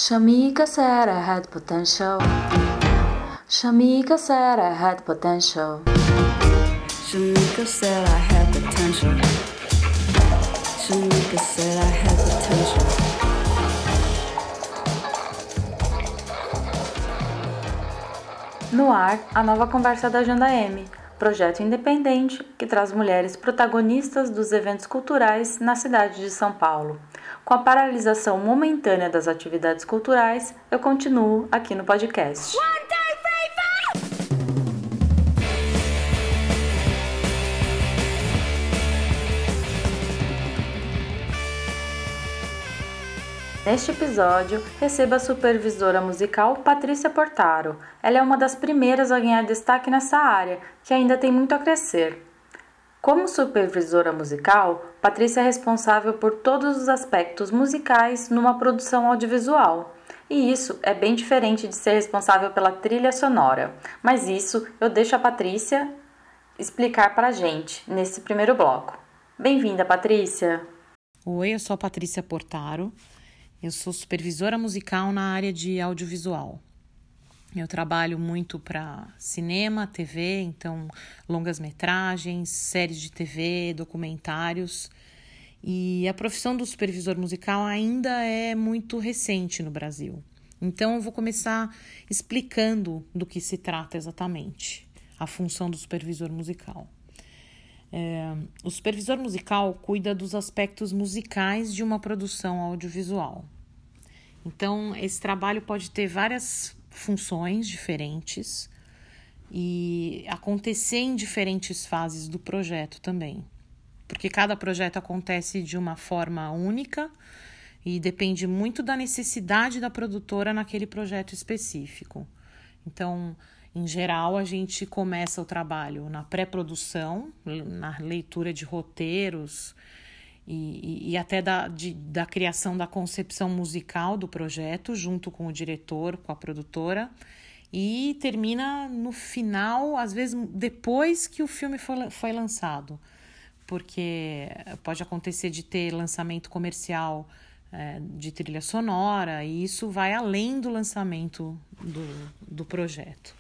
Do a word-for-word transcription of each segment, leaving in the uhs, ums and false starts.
Shamika said I had potential. Shamika said I had potential. Shamika said I had potential. Shamika said I had potential. No ar, a nova conversa da Agenda M, projeto independente que traz mulheres protagonistas dos eventos culturais na cidade de São Paulo. Com a paralisação momentânea das atividades culturais, eu continuo aqui no podcast. Neste episódio, recebo a supervisora musical Patrícia Portaro. Ela é uma das primeiras a ganhar destaque nessa área, que ainda tem muito a crescer. Como supervisora musical, Patrícia é responsável por todos os aspectos musicais numa produção audiovisual. E isso é bem diferente de ser responsável pela trilha sonora. Mas isso eu deixo a Patrícia explicar para a gente nesse primeiro bloco. Bem-vinda, Patrícia! Oi, eu sou a Patrícia Portaro. Eu sou supervisora musical na área de audiovisual. Eu trabalho muito para cinema, T V, então longas-metragens, séries de T V, documentários. E a profissão do supervisor musical ainda é muito recente no Brasil. Então eu vou começar explicando do que se trata exatamente a função do supervisor musical. É, o supervisor musical cuida dos aspectos musicais de uma produção audiovisual. Então, esse trabalho pode ter várias funções diferentes e acontecer em diferentes fases do projeto também. Porque cada projeto acontece de uma forma única e depende muito da necessidade da produtora naquele projeto específico. Então, em geral, a gente começa o trabalho na pré-produção, na leitura de roteiros e, e, e até da, de, da criação da concepção musical do projeto, junto com o diretor, com a produtora, e termina no final, às vezes depois que o filme foi, foi lançado, porque pode acontecer de ter lançamento comercial é, de trilha sonora, e isso vai além do lançamento do, do projeto.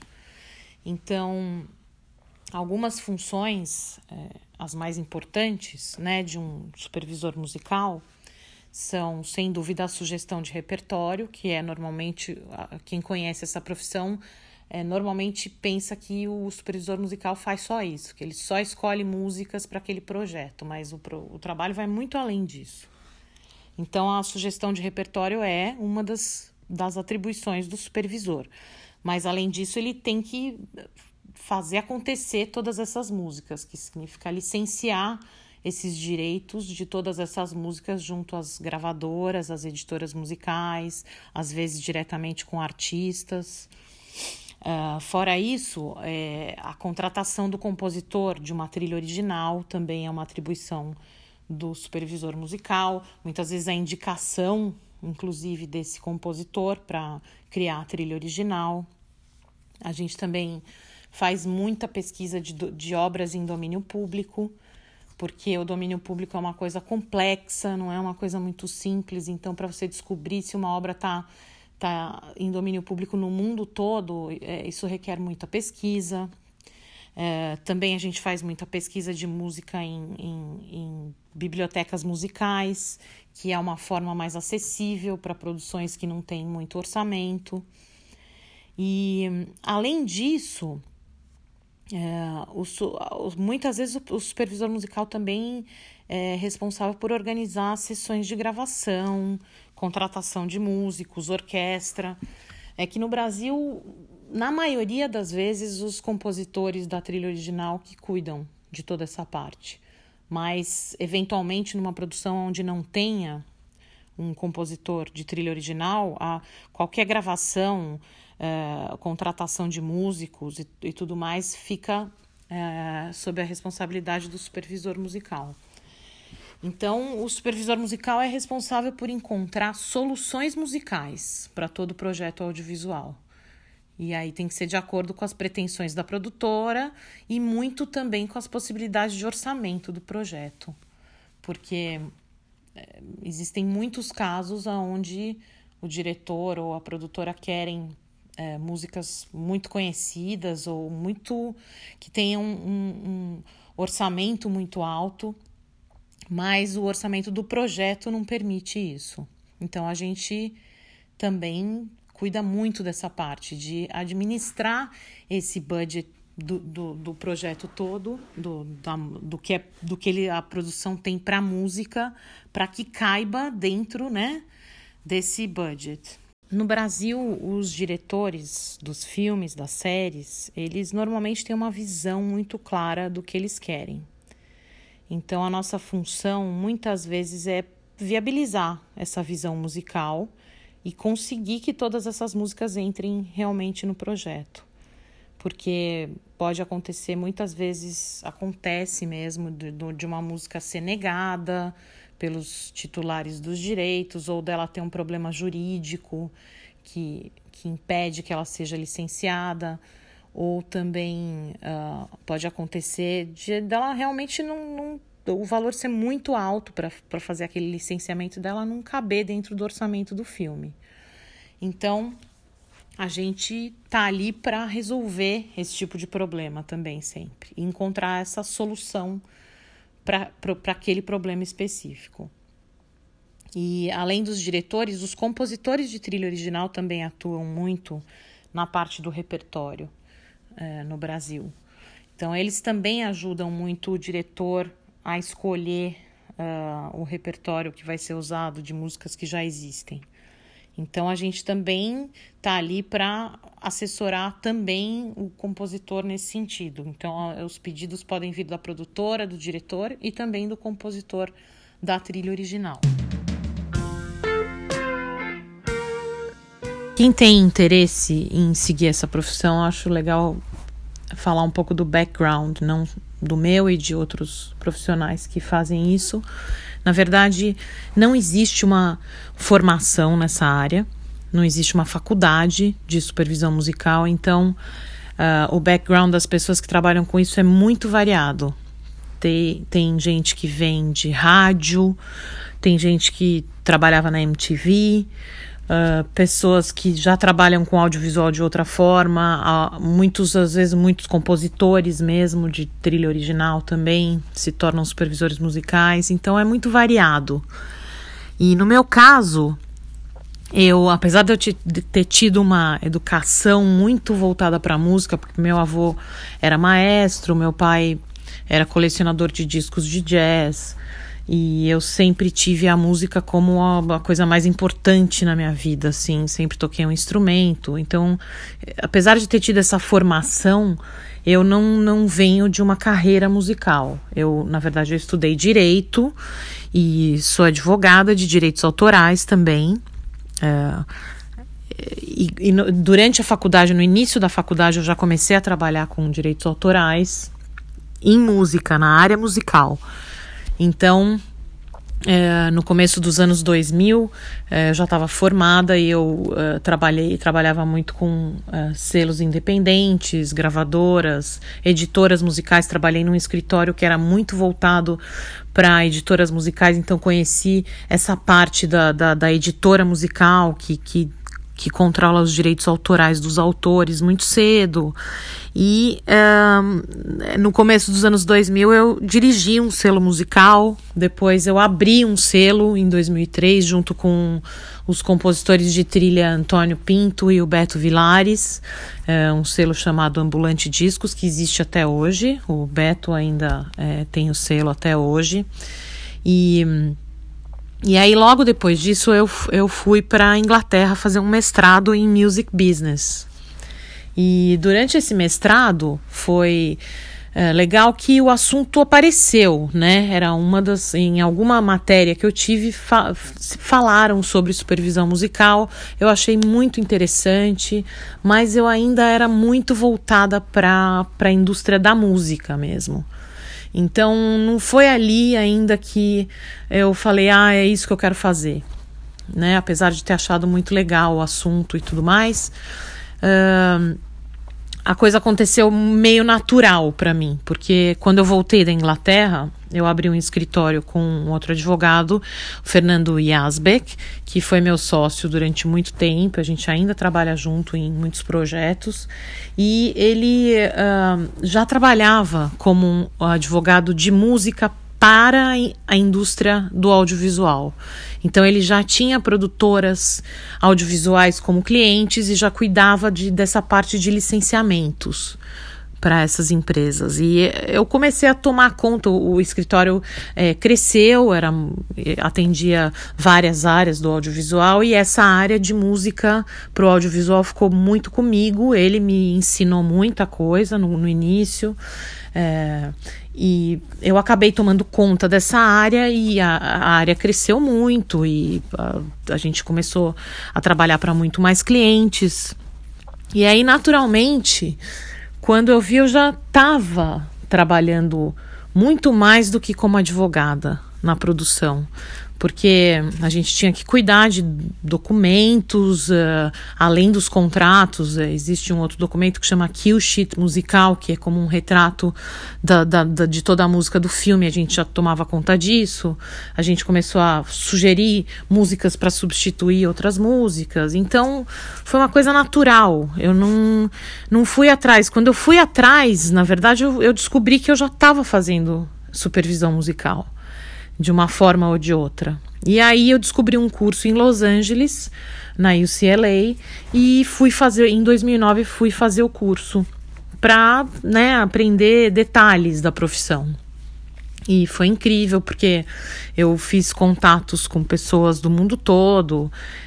Então, algumas funções, é, as mais importantes, né, de um supervisor musical são, sem dúvida, a sugestão de repertório, que é normalmente, quem conhece essa profissão, é, normalmente pensa que o supervisor musical faz só isso, que ele só escolhe músicas para aquele projeto, mas o, o trabalho vai muito além disso. Então, a sugestão de repertório é uma das, das atribuições do supervisor. Mas, além disso, ele tem que fazer acontecer todas essas músicas, que significa licenciar esses direitos de todas essas músicas junto às gravadoras, às editoras musicais, às vezes diretamente com artistas. Uh, fora isso, é, a contratação do compositor de uma trilha original também é uma atribuição do supervisor musical. Muitas vezes a indicação, inclusive, desse compositor para criar a trilha original. A gente também faz muita pesquisa de, de obras em domínio público, porque o domínio público é uma coisa complexa, não é uma coisa muito simples. Então, para você descobrir se uma obra está tá em domínio público no mundo todo, é, isso requer muita pesquisa. É, também a gente faz muita pesquisa de música em, em, em bibliotecas musicais, que é uma forma mais acessível para produções que não têm muito orçamento. E, além disso, é, o, o, muitas vezes o, o supervisor musical também é responsável por organizar sessões de gravação, contratação de músicos, orquestra. É que no Brasil, na maioria das vezes, os compositores da trilha original que cuidam de toda essa parte. Mas, eventualmente, numa produção onde não tenha um compositor de trilha original, a qualquer gravação, é, contratação de músicos e, e tudo mais fica é, sob a responsabilidade do supervisor musical. Então, o supervisor musical é responsável por encontrar soluções musicais para todo o projeto audiovisual. E aí tem que ser de acordo com as pretensões da produtora e muito também com as possibilidades de orçamento do projeto. Porque é, existem muitos casos onde o diretor ou a produtora querem é, músicas muito conhecidas ou muito que tenham um, um orçamento muito alto, mas o orçamento do projeto não permite isso. Então a gente também cuida muito dessa parte de administrar esse budget do, do, do projeto todo, do, da, do que, é, do que ele, a produção tem para a música, para que caiba dentro, né, desse budget. No Brasil, os diretores dos filmes, das séries, eles normalmente têm uma visão muito clara do que eles querem. Então, a nossa função, muitas vezes, é viabilizar essa visão musical e conseguir que todas essas músicas entrem realmente no projeto. Porque pode acontecer, muitas vezes acontece mesmo, de, de uma música ser negada pelos titulares dos direitos ou dela ter um problema jurídico que, que impede que ela seja licenciada, ou também uh, pode acontecer de dela realmente não, não, o valor ser muito alto para fazer aquele licenciamento dela não caber dentro do orçamento do filme. Então, a gente tá ali para resolver esse tipo de problema também sempre, e encontrar essa solução para aquele problema específico. E além dos diretores, os compositores de trilha original também atuam muito na parte do repertório é, no Brasil. Então eles também ajudam muito o diretor a escolher uh, o repertório que vai ser usado de músicas que já existem. Então a gente também está ali para assessorar também o compositor nesse sentido. Então os pedidos podem vir da produtora, do diretor e também do compositor da trilha original. Quem tem interesse em seguir essa profissão, acho legal falar um pouco do background, não do meu e de outros profissionais que fazem isso. Na verdade, não existe uma formação nessa área, não existe uma faculdade de supervisão musical, então uh, o background das pessoas que trabalham com isso é muito variado. Tem, tem gente que vem de rádio, tem gente que trabalhava na M T V, Uh, pessoas que já trabalham com audiovisual de outra forma, uh, muitos, às vezes muitos compositores mesmo de trilha original também se tornam supervisores musicais, então é muito variado. E no meu caso, eu, apesar de eu te, de ter tido uma educação muito voltada para a música, porque meu avô era maestro, meu pai era colecionador de discos de jazz, e eu sempre tive a música como a, a coisa mais importante na minha vida, assim, sempre toquei um instrumento. Então, apesar de ter tido essa formação, eu não, não venho de uma carreira musical. Eu, na verdade, eu estudei Direito e sou advogada de direitos autorais também. É, e, e no, durante a faculdade, no início da faculdade, eu já comecei a trabalhar com direitos autorais em música, na área musical. Então, é, no começo dos anos dois mil, é, eu já estava formada e eu é, trabalhei, trabalhava muito com é, selos independentes, gravadoras, editoras musicais. Trabalhei num escritório que era muito voltado para editoras musicais, então conheci essa parte da, da, da editora musical que, que, que controla os direitos autorais dos autores muito cedo. E um, no começo dos anos dois mil eu dirigi um selo musical, depois eu abri um selo em dois mil e três junto com os compositores de trilha Antônio Pinto e o Beto Vilares, é, um selo chamado Ambulante Discos, que existe até hoje. O Beto ainda é, tem o selo até hoje. E, e aí logo depois disso eu, eu fui para a Inglaterra fazer um mestrado em Music Business. E durante esse mestrado foi é, legal que o assunto apareceu, né? Era uma das, em alguma matéria que eu tive, fa- falaram sobre supervisão musical. Eu achei muito interessante, mas eu ainda era muito voltada para para a indústria da música mesmo. Então não foi ali ainda que eu falei, ah, é isso que eu quero fazer, né? Apesar de ter achado muito legal o assunto e tudo mais. Uh, a coisa aconteceu meio natural para mim, porque quando eu voltei da Inglaterra, eu abri um escritório com um outro advogado, o Fernando Yazbek, que foi meu sócio durante muito tempo. A gente ainda trabalha junto em muitos projetos. E ele uh, já trabalhava como um advogado de música para a indústria do audiovisual. Então ele já tinha produtoras audiovisuais como clientes e já cuidava de, dessa parte de licenciamentos para essas empresas. E eu comecei a tomar conta, o, o escritório é, cresceu, era, atendia várias áreas do audiovisual, e essa área de música para o audiovisual ficou muito comigo. Ele me ensinou muita coisa no, no início, é, e eu acabei tomando conta dessa área, e a, a área cresceu muito, e a, a gente começou a trabalhar para muito mais clientes. E aí, naturalmente, quando eu vi, eu já estava trabalhando muito mais do que como advogada na produção, porque a gente tinha que cuidar de documentos, uh, além dos contratos. Uh, existe um outro documento que chama Kill Sheet musical, que é como um retrato da, da, da, de toda a música do filme. A gente já tomava conta disso. A gente começou a sugerir músicas para substituir outras músicas. Então, foi uma coisa natural. Eu não, não fui atrás. Quando eu fui atrás, na verdade, eu, eu descobri que eu já estava fazendo supervisão musical, de uma forma ou de outra. E aí eu descobri um curso em Los Angeles, na U C L A, e fui fazer, em dois mil e nove, fui fazer o curso para, né, aprender detalhes da profissão. E foi incrível, porque eu fiz contatos com pessoas do mundo todo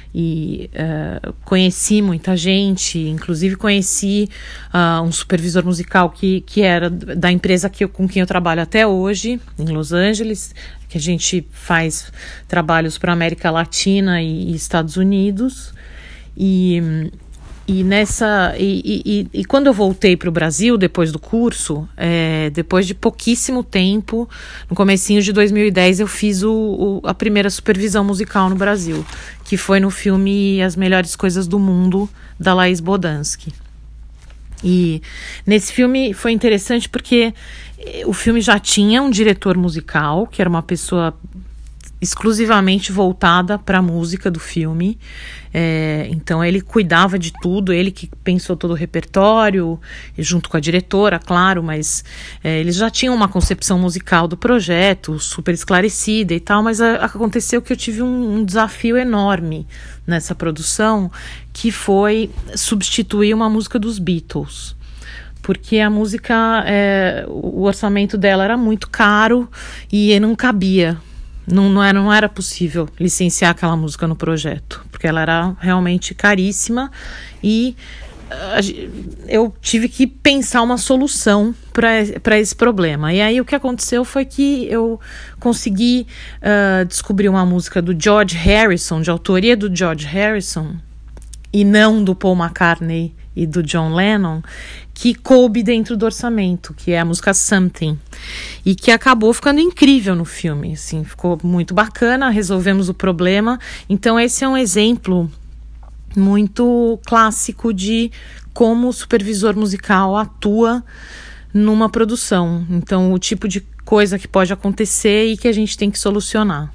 e uh, conheci muita gente. Inclusive conheci uh, um supervisor musical que, que era da empresa que eu, com quem eu trabalho até hoje, em Los Angeles, que a gente faz trabalhos para América Latina e, e Estados Unidos. E... E, nessa, e, e, e quando eu voltei para o Brasil, depois do curso, é, depois de pouquíssimo tempo, no comecinho de dois mil e dez, eu fiz o, o, a primeira supervisão musical no Brasil, que foi no filme As Melhores Coisas do Mundo, da Laís Bodansky. E nesse filme foi interessante porque o filme já tinha um diretor musical, que era uma pessoa exclusivamente voltada para a música do filme. É, então ele cuidava de tudo, ele que pensou todo o repertório, junto com a diretora, claro, mas é, eles já tinham uma concepção musical do projeto, super esclarecida e tal, mas a, aconteceu que eu tive um, um desafio enorme nessa produção, que foi substituir uma música dos Beatles. Porque a música, é, o orçamento dela era muito caro e não cabia. Não, não, era, não era possível licenciar aquela música no projeto, porque ela era realmente caríssima, e uh, eu tive que pensar uma solução para esse problema. E aí o que aconteceu foi que eu consegui uh, descobrir uma música do George Harrison, de autoria do George Harrison, e não do Paul McCartney e do John Lennon, que coube dentro do orçamento, que é a música Something, e que acabou ficando incrível no filme, assim, ficou muito bacana, resolvemos o problema. Então esse é um exemplo muito clássico de como o supervisor musical atua numa produção. Então, o tipo de coisa que pode acontecer e que a gente tem que solucionar.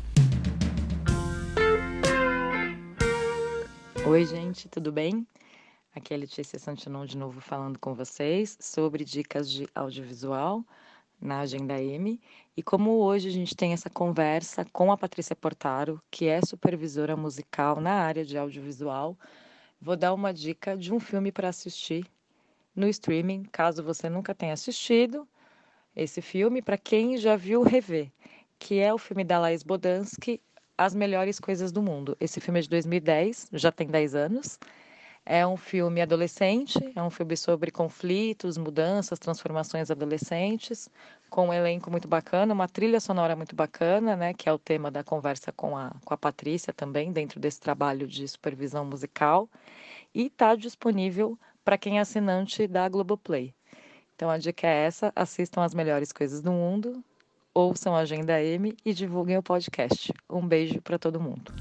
Oi, gente, tudo bem? Aqui é a Letícia Santinon de novo falando com vocês sobre dicas de audiovisual na Agenda M. E como hoje a gente tem essa conversa com a Patrícia Portaro, que é supervisora musical na área de audiovisual, vou dar uma dica de um filme para assistir no streaming, caso você nunca tenha assistido esse filme, para quem já viu, rever, que é o filme da Laís Bodansky, As Melhores Coisas do Mundo. Esse filme é de dois mil e dez, já tem dez anos. É um filme adolescente, é um filme sobre conflitos, mudanças, transformações adolescentes, com um elenco muito bacana, uma trilha sonora muito bacana, né, que é o tema da conversa com a, com a Patrícia também, dentro desse trabalho de supervisão musical, e está disponível para quem é assinante da Globoplay. Então a dica é essa: assistam As Melhores Coisas do Mundo, ouçam a Agenda M e divulguem o podcast. Um beijo para todo mundo.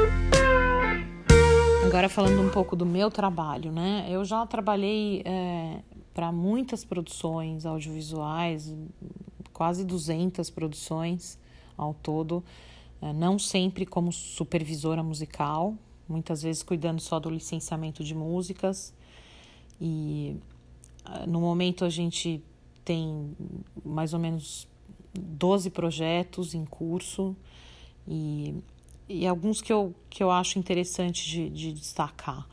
Agora falando um pouco do meu trabalho, né? Eu já trabalhei é, para muitas produções audiovisuais, quase duzentas produções ao todo, não sempre como supervisora musical, muitas vezes cuidando só do licenciamento de músicas. E no momento a gente tem mais ou menos doze projetos em curso e, e alguns que eu, que eu acho interessante de, de destacar.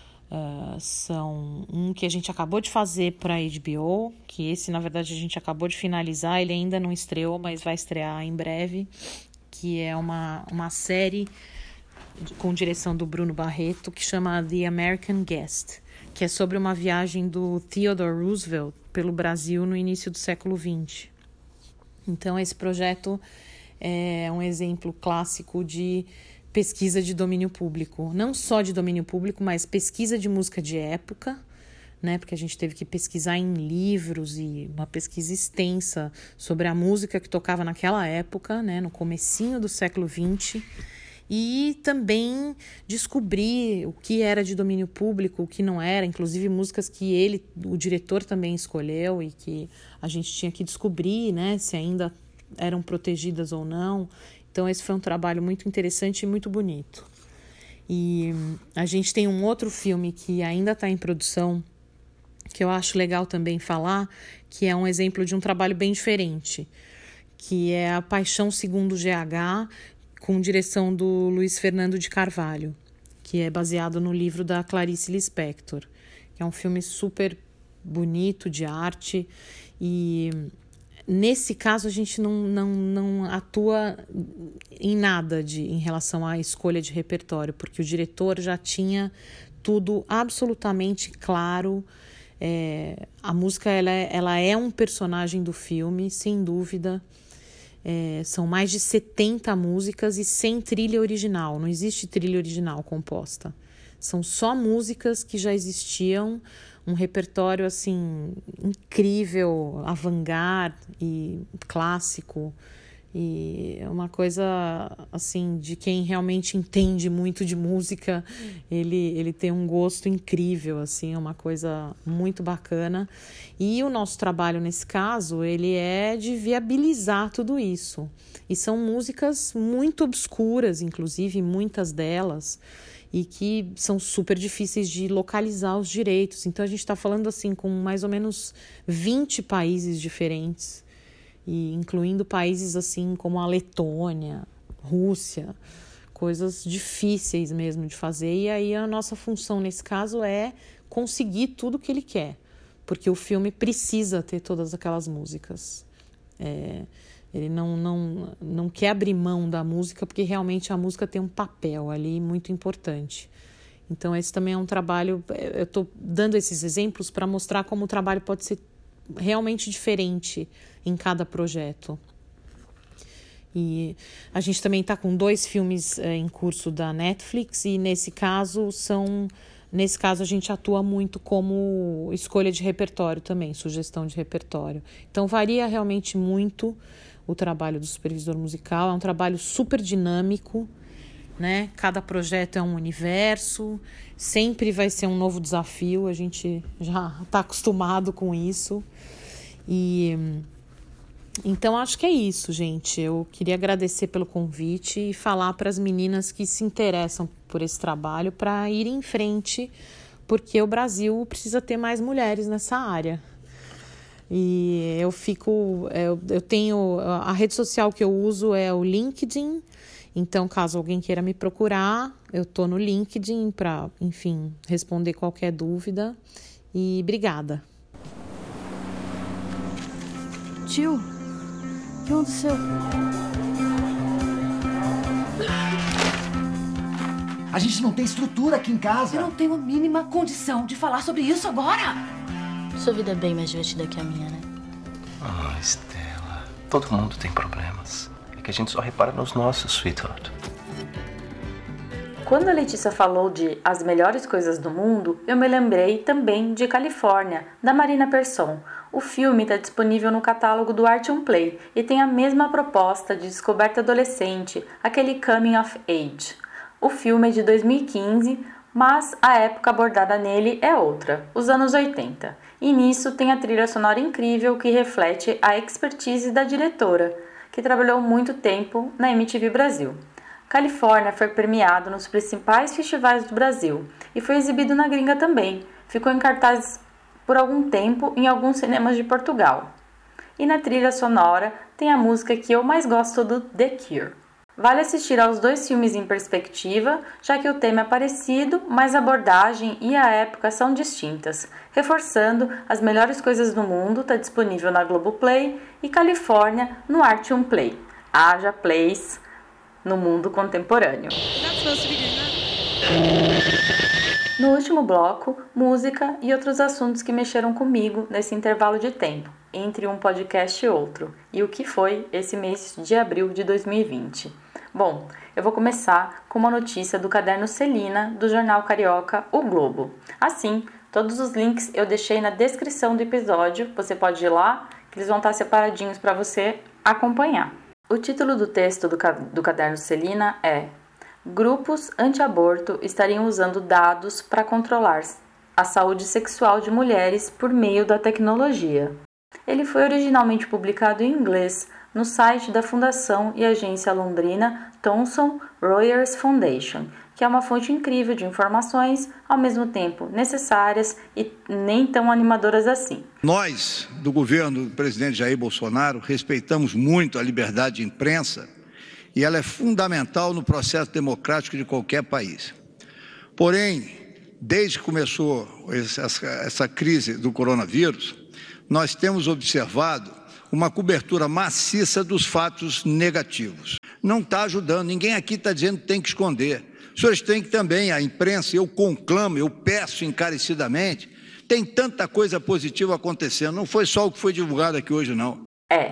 Uh, são um que a gente acabou de fazer para a H B O, que esse na verdade a gente acabou de finalizar, ele ainda não estreou, mas vai estrear em breve, que é uma, uma série com direção do Bruno Barreto, que chama The American Guest, que é sobre uma viagem do Theodore Roosevelt pelo Brasil no início do século vinte. Então esse projeto é um exemplo clássico de pesquisa de domínio público, não só de domínio público, mas pesquisa de música de época, né? Porque a gente teve que pesquisar em livros e uma pesquisa extensa sobre a música que tocava naquela época, né? No comecinho do século vinte, e também descobrir o que era de domínio público, o que não era, inclusive músicas que ele, o diretor também escolheu e que a gente tinha que descobrir, né? Se ainda eram protegidas ou não. Então esse foi um trabalho muito interessante e muito bonito. E a gente tem um outro filme que ainda está em produção, que eu acho legal também falar, que é um exemplo de um trabalho bem diferente, que é A Paixão Segundo G H, com direção do Luiz Fernando de Carvalho, que é baseado no livro da Clarice Lispector, que é um filme super bonito, de arte, e nesse caso a gente não, não, não atua em nada de, em relação à escolha de repertório, porque o diretor já tinha tudo absolutamente claro. É, a música ela é, ela é um personagem do filme, sem dúvida. É, são mais de setenta músicas e sem trilha original, não existe trilha original composta. São só músicas que já existiam, um repertório assim incrível, avant-garde e clássico, e é uma coisa assim de quem realmente entende muito de música. Ele, ele tem um gosto incrível, assim, é uma coisa muito bacana. E o nosso trabalho nesse caso, ele é de viabilizar tudo isso. E são músicas muito obscuras, inclusive muitas delas, e que são super difíceis de localizar os direitos. Então a gente está falando assim com mais ou menos vinte países diferentes, e incluindo países assim como a Letônia, Rússia, coisas difíceis mesmo de fazer. E aí a nossa função nesse caso é conseguir tudo que ele quer, porque o filme precisa ter todas aquelas músicas. É, ele não, não, não quer abrir mão da música, porque realmente a música tem um papel ali muito importante. Então esse também é um trabalho, eu estou dando esses exemplos para mostrar como o trabalho pode ser realmente diferente em cada projeto. E a gente também está com dois filmes é, em curso da Netflix, e nesse caso são nesse caso a gente atua muito como escolha de repertório também, sugestão de repertório. Então varia realmente muito o trabalho do supervisor musical, é um trabalho super dinâmico, né? Cada projeto é um universo, sempre vai ser um novo desafio, a gente já está acostumado com isso. E então acho que é isso, gente. Eu queria agradecer pelo convite e falar para as meninas que se interessam por esse trabalho para ir em frente, porque o Brasil precisa ter mais mulheres nessa área. E eu fico, eu, eu tenho, a rede social que eu uso é o LinkedIn. Então, caso alguém queira me procurar, eu tô no LinkedIn para, enfim, responder qualquer dúvida. E obrigada. Tio, o que aconteceu? A gente não tem estrutura aqui em casa. Eu não tenho a mínima condição de falar sobre isso agora. Sua vida é bem mais divertida que a minha, né? Ah, oh, Estela, todo mundo tem problemas. É que a gente só repara nos nossos, sweetheart. Quando a Letícia falou de As Melhores Coisas do Mundo, eu me lembrei também de Califórnia, da Marina Persson. O filme está disponível no catálogo do Art on Play e tem a mesma proposta de descoberta adolescente, aquele coming of age. O filme é de dois mil e quinze, Mas a época abordada nele é outra, os anos oitenta. E nisso tem a trilha sonora incrível que reflete a expertise da diretora, que trabalhou muito tempo na M T V Brasil. Califórnia foi premiado nos principais festivais do Brasil e foi exibido na gringa também. Ficou em cartaz por algum tempo em alguns cinemas de Portugal. E na trilha sonora tem a música que eu mais gosto do The Cure. Vale assistir aos dois filmes em perspectiva, já que o tema é parecido, mas a abordagem e a época são distintas. Reforçando, As Melhores Coisas do Mundo está disponível na Globoplay e Califórnia no Artium Play. Haja plays no mundo contemporâneo. No último bloco, música e outros assuntos que mexeram comigo nesse intervalo de tempo, entre um podcast e outro, e o que foi esse mês de abril de dois mil e vinte. Bom, eu vou começar com uma notícia do caderno Celina do jornal carioca O Globo. Assim, todos os links eu deixei na descrição do episódio, você pode ir lá, que eles vão estar separadinhos para você acompanhar. O título do texto do, do caderno Celina é: Grupos anti-aborto estariam usando dados para controlar a saúde sexual de mulheres por meio da tecnologia. Ele foi originalmente publicado em inglês no site da Fundação e Agência Londrina Thomson Reuters Foundation, que é uma fonte incrível de informações, ao mesmo tempo necessárias e nem tão animadoras assim. Nós, do governo do presidente Jair Bolsonaro, respeitamos muito a liberdade de imprensa e ela é fundamental no processo democrático de qualquer país. Porém, desde que começou essa, essa crise do coronavírus, nós temos observado uma cobertura maciça dos fatos negativos. Não está ajudando, ninguém aqui está dizendo que tem que esconder. Os senhores têm que também, a imprensa, eu conclamo, eu peço encarecidamente, tem tanta coisa positiva acontecendo, não foi só o que foi divulgado aqui hoje, não. É,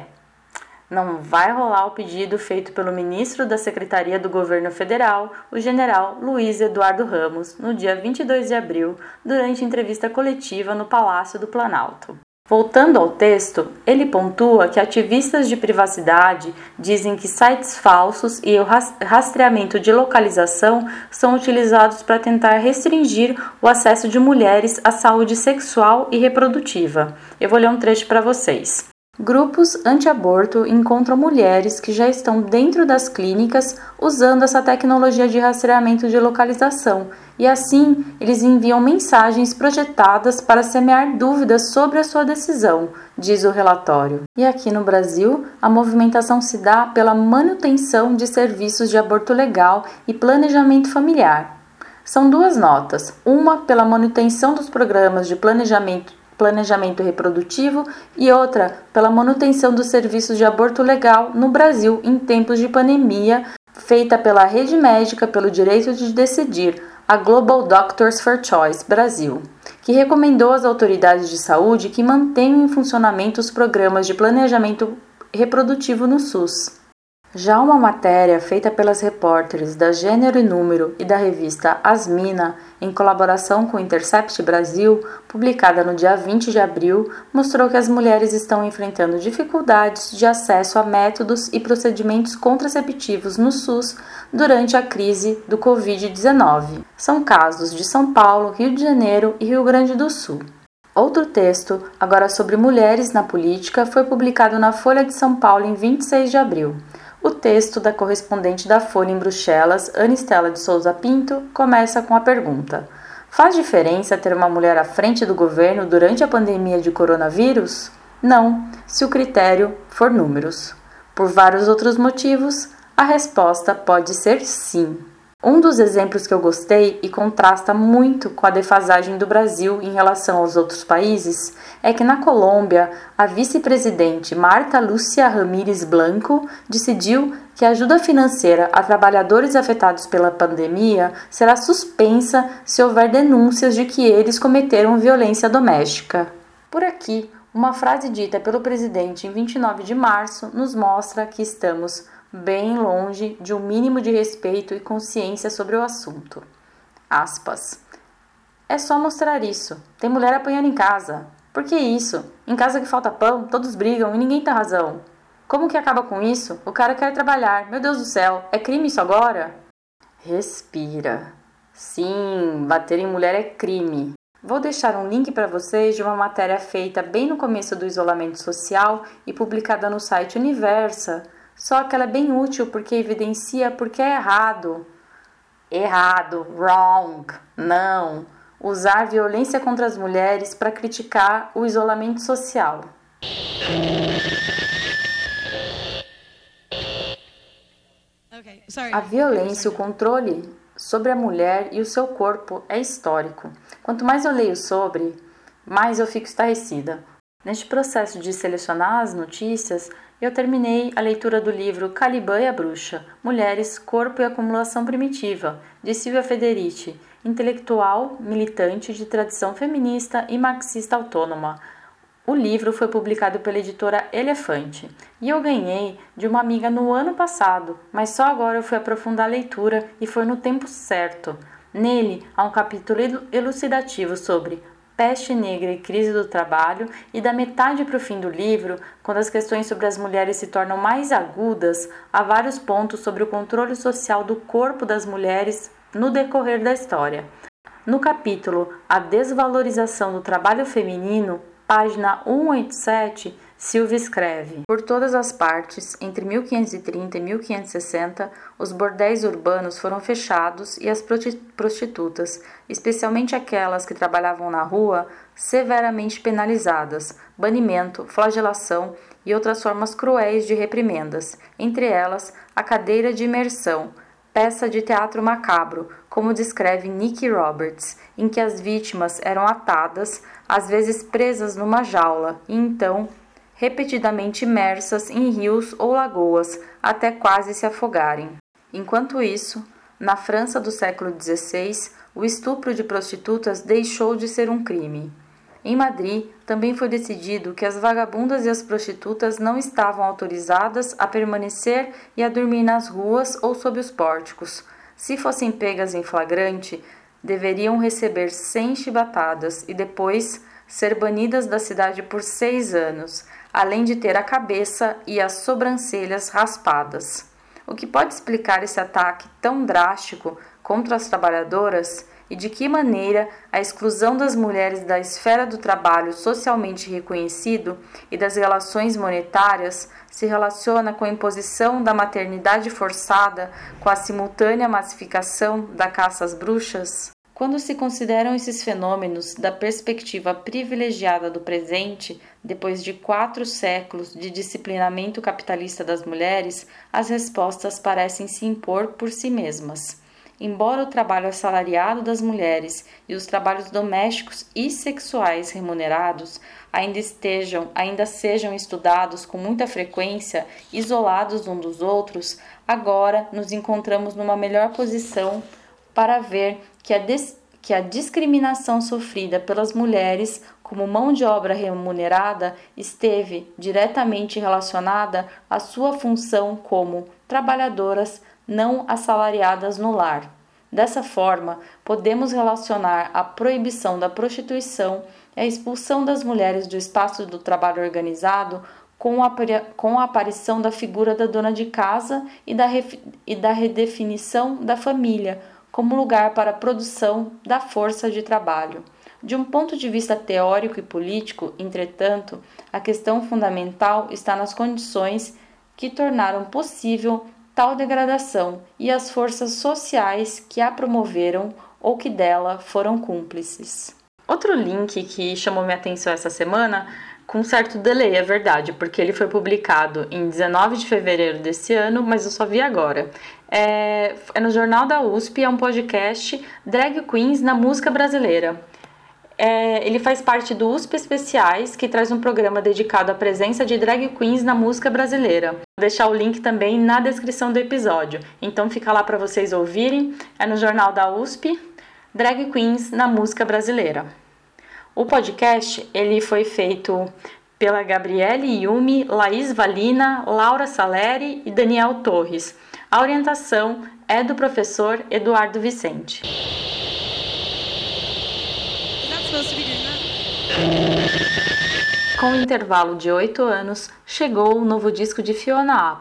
não vai rolar o pedido feito pelo ministro da Secretaria do Governo Federal, o general Luiz Eduardo Ramos, no dia vinte e dois de abril, durante entrevista coletiva no Palácio do Planalto. Voltando ao texto, ele pontua que ativistas de privacidade dizem que sites falsos e o rastreamento de localização são utilizados para tentar restringir o acesso de mulheres à saúde sexual e reprodutiva. Eu vou ler um trecho para vocês. Grupos anti-aborto encontram mulheres que já estão dentro das clínicas usando essa tecnologia de rastreamento de localização e assim eles enviam mensagens projetadas para semear dúvidas sobre a sua decisão, diz o relatório. E aqui no Brasil, a movimentação se dá pela manutenção de serviços de aborto legal e planejamento familiar. São duas notas, uma pela manutenção dos programas de planejamento planejamento reprodutivo e outra pela manutenção dos serviços de aborto legal no Brasil em tempos de pandemia, feita pela Rede Médica pelo Direito de Decidir, a Global Doctors for Choice Brasil, que recomendou às autoridades de saúde que mantenham em funcionamento os programas de planejamento reprodutivo no SUS. Já uma matéria feita pelas repórteres da Gênero e Número e da revista Asmina, em colaboração com o Intercept Brasil, publicada no dia vinte de abril, mostrou que as mulheres estão enfrentando dificuldades de acesso a métodos e procedimentos contraceptivos no SUS durante a crise do covid dezenove. São casos de São Paulo, Rio de Janeiro e Rio Grande do Sul. Outro texto, agora sobre mulheres na política, foi publicado na Folha de São Paulo em vinte e seis de abril. O texto da correspondente da Folha em Bruxelas, Ana Estela de Souza Pinto, começa com a pergunta: faz diferença ter uma mulher à frente do governo durante a pandemia de coronavírus? Não, se o critério for números. Por vários outros motivos, a resposta pode ser sim. Um dos exemplos que eu gostei e contrasta muito com a defasagem do Brasil em relação aos outros países é que na Colômbia, a vice-presidente Marta Lúcia Ramírez Blanco decidiu que a ajuda financeira a trabalhadores afetados pela pandemia será suspensa se houver denúncias de que eles cometeram violência doméstica. Por aqui, uma frase dita pelo presidente em vinte e nove de março nos mostra que estamos bem longe de um mínimo de respeito e consciência sobre o assunto. Aspas. É só mostrar isso. Tem mulher apanhando em casa. Por que isso? Em casa que falta pão, todos brigam e ninguém tem razão. Como que acaba com isso? O cara quer trabalhar. Meu Deus do céu, é crime isso agora? Respira. Sim, bater em mulher é crime. Vou deixar um link para vocês de uma matéria feita bem no começo do isolamento social e publicada no site Universa, só que ela é bem útil porque evidencia porque é errado. Errado, wrong, não. Usar violência contra as mulheres para criticar o isolamento social. A violência e o controle sobre a mulher e o seu corpo é histórico. Quanto mais eu leio sobre, mais eu fico estarrecida. Neste processo de selecionar as notícias, eu terminei a leitura do livro Caliban e a Bruxa, Mulheres, Corpo e Acumulação Primitiva, de Silvia Federici, intelectual, militante de tradição feminista e marxista autônoma. O livro foi publicado pela editora Elefante e eu ganhei de uma amiga no ano passado, mas só agora eu fui aprofundar a leitura e foi no tempo certo. Nele há um capítulo elucidativo sobre peste negra e crise do trabalho, e da metade para o fim do livro, quando as questões sobre as mulheres se tornam mais agudas, há vários pontos sobre o controle social do corpo das mulheres no decorrer da história. No capítulo A Desvalorização do Trabalho Feminino, página cento e oitenta e sete, Silvia escreve: por todas as partes, entre mil quinhentos e trinta e mil quinhentos e sessenta, os bordéis urbanos foram fechados e as prostitutas, especialmente aquelas que trabalhavam na rua, severamente penalizadas, banimento, flagelação e outras formas cruéis de reprimendas, entre elas a cadeira de imersão, peça de teatro macabro, como descreve Nicky Roberts, em que as vítimas eram atadas, às vezes presas numa jaula, e então repetidamente imersas em rios ou lagoas, até quase se afogarem. Enquanto isso, na França do século dezesseis, o estupro de prostitutas deixou de ser um crime. Em Madrid, também foi decidido que as vagabundas e as prostitutas não estavam autorizadas a permanecer e a dormir nas ruas ou sob os pórticos. Se fossem pegas em flagrante, deveriam receber cem chibatadas e depois ser banidas da cidade por seis anos, além de ter a cabeça e as sobrancelhas raspadas. O que pode explicar esse ataque tão drástico contra as trabalhadoras e de que maneira a exclusão das mulheres da esfera do trabalho socialmente reconhecido e das relações monetárias se relaciona com a imposição da maternidade forçada, com a simultânea massificação da caça às bruxas? Quando se consideram esses fenômenos da perspectiva privilegiada do presente, depois de quatro séculos de disciplinamento capitalista das mulheres, as respostas parecem se impor por si mesmas. Embora o trabalho assalariado das mulheres e os trabalhos domésticos e sexuais remunerados ainda estejam, ainda sejam estudados com muita frequência, isolados uns dos outros, agora nos encontramos numa melhor posição para ver que a, des, que a discriminação sofrida pelas mulheres como mão de obra remunerada esteve diretamente relacionada à sua função como trabalhadoras não assalariadas no lar. Dessa forma, podemos relacionar a proibição da prostituição e a expulsão das mulheres do espaço do trabalho organizado com a, com a aparição da figura da dona de casa e da, ref, e da redefinição da família como lugar para a produção da força de trabalho. De um ponto de vista teórico e político, entretanto, a questão fundamental está nas condições que tornaram possível tal degradação e as forças sociais que a promoveram ou que dela foram cúmplices. Outro link que chamou minha atenção essa semana, com certo delay, é verdade, porque ele foi publicado em dezenove de fevereiro desse ano, mas eu só vi agora. É, é no Jornal da U S P, é um podcast Drag Queens na Música Brasileira. É, ele faz parte do U S P Especiais, que traz um programa dedicado à presença de drag queens na música brasileira. Vou deixar o link também na descrição do episódio, então fica lá para vocês ouvirem. É no Jornal da U S P, Drag Queens na Música Brasileira. O podcast ele foi feito pela Gabriele Yumi, Laís Valina, Laura Saleri e Daniel Torres. A orientação é do professor Eduardo Vicente. Com um intervalo de oito anos, chegou o novo disco de Fiona Apple.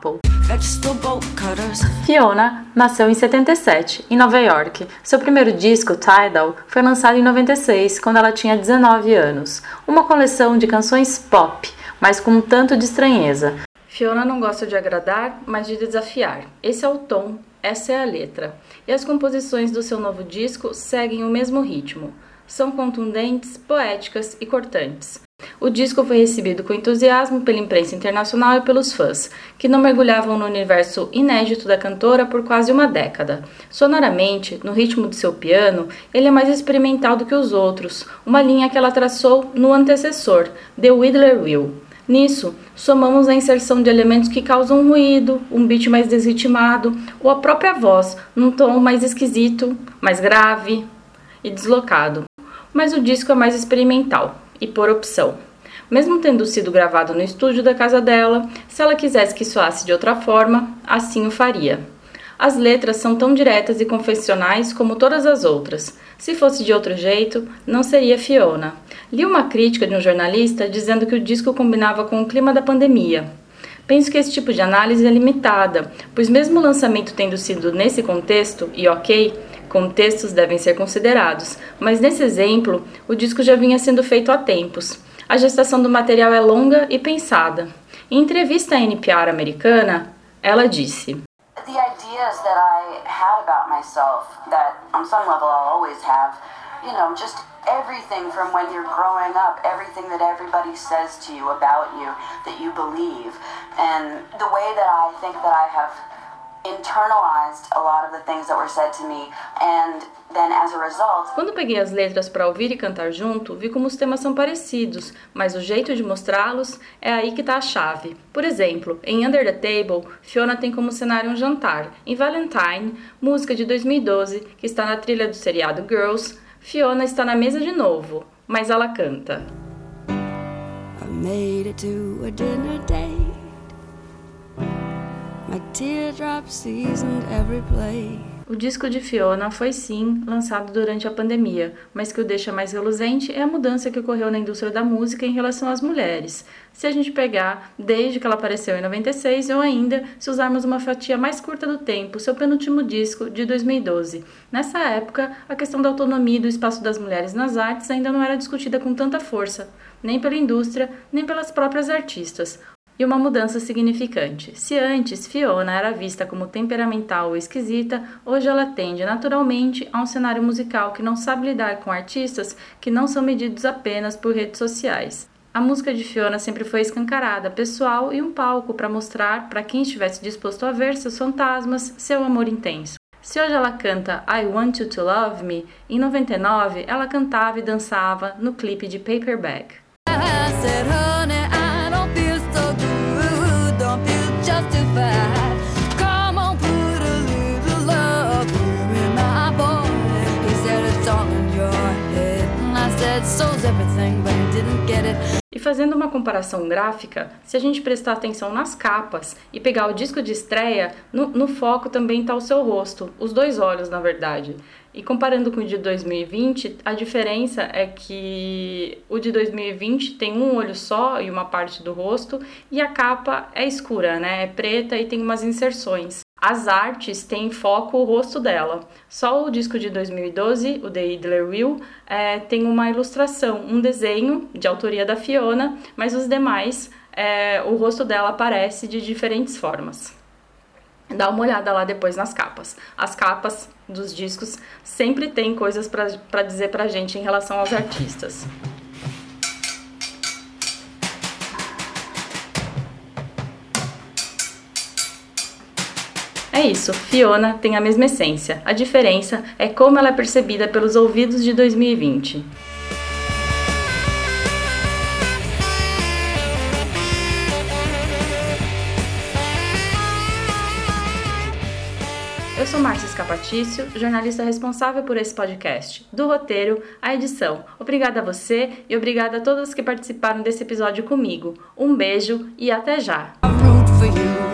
vegetable cutters. Fiona nasceu em setenta e sete, em Nova York. Seu primeiro disco, Tidal, foi lançado em noventa e seis, quando ela tinha dezenove anos. Uma coleção de canções pop, mas com um tanto de estranheza. Fiona não gosta de agradar, mas de desafiar. Esse é o tom, essa é a letra. E as composições do seu novo disco seguem o mesmo ritmo. São contundentes, poéticas e cortantes. O disco foi recebido com entusiasmo pela imprensa internacional e pelos fãs, que não mergulhavam no universo inédito da cantora por quase uma década. Sonoramente, no ritmo de seu piano, ele é mais experimental do que os outros, uma linha que ela traçou no antecessor, The Whittler-Will. Nisso, somamos a inserção de elementos que causam ruído, um beat mais desritimado, ou a própria voz, num tom mais esquisito, mais grave e deslocado. Mas o disco é mais experimental, e por opção. Mesmo tendo sido gravado no estúdio da casa dela, se ela quisesse que soasse de outra forma, assim o faria. As letras são tão diretas e confessionais como todas as outras. Se fosse de outro jeito, não seria Fiona. Li uma crítica de um jornalista dizendo que o disco combinava com o clima da pandemia. Penso que esse tipo de análise é limitada, pois mesmo o lançamento tendo sido nesse contexto, e ok, contextos devem ser considerados, mas nesse exemplo, o disco já vinha sendo feito há tempos. A gestação do material é longa e pensada. Em entrevista à N P R americana, ela disse: The ideas that I had about myself, that on some level I'll always have, you know, just everything from when you're growing up, everything that everybody says to you about you, that you believe, and the way that I think that I have internalized a lot of the things that were said to me, and then as a result... Quando peguei as letras para ouvir e cantar junto, vi como os temas são parecidos, mas o jeito de mostrá-los é aí que está a chave. Por exemplo, em Under the Table, Fiona tem como cenário um jantar. Em Valentine, música de dois mil e doze, que está na trilha do seriado Girls, Fiona está na mesa de novo, mas ela canta. I made it to a dinner date. My teardrops seasoned every play. O disco de Fiona foi sim lançado durante a pandemia, mas o que o deixa mais reluzente é a mudança que ocorreu na indústria da música em relação às mulheres. Se a gente pegar desde que ela apareceu em noventa e seis ou ainda se usarmos uma fatia mais curta do tempo, seu penúltimo disco de dois mil e doze. Nessa época, a questão da autonomia e do espaço das mulheres nas artes ainda não era discutida com tanta força, nem pela indústria, nem pelas próprias artistas. E uma mudança significante. Se antes Fiona era vista como temperamental ou esquisita, hoje ela tende naturalmente a um cenário musical que não sabe lidar com artistas que não são medidos apenas por redes sociais. A música de Fiona sempre foi escancarada, pessoal e um palco para mostrar para quem estivesse disposto a ver seus fantasmas, seu amor intenso. Se hoje ela canta I Want You to Love Me, em noventa e nove ela cantava e dançava no clipe de Paperback. E fazendo uma comparação gráfica, se a gente prestar atenção nas capas e pegar o disco de estreia, no, no foco também está o seu rosto, os dois olhos na verdade. E comparando com o de dois mil e vinte, a diferença é que o de dois mil e vinte tem um olho só e uma parte do rosto, e a capa é escura, né? É preta e tem umas inserções. As artes têm em foco o rosto dela. Só o disco de dois mil e doze, o The Whittler-Will, é, tem uma ilustração, um desenho de autoria da Fiona, mas os demais, é, o rosto dela aparece de diferentes formas. Dá uma olhada lá depois nas capas. As capas dos discos sempre tem coisas para dizer pra gente em relação aos artistas. É isso, Fiona tem a mesma essência. A diferença é como ela é percebida pelos ouvidos de dois mil e vinte. Eu sou Márcia Scapatício, jornalista responsável por esse podcast, do roteiro à edição. Obrigada a você e obrigada a todos que participaram desse episódio comigo. Um beijo e até já!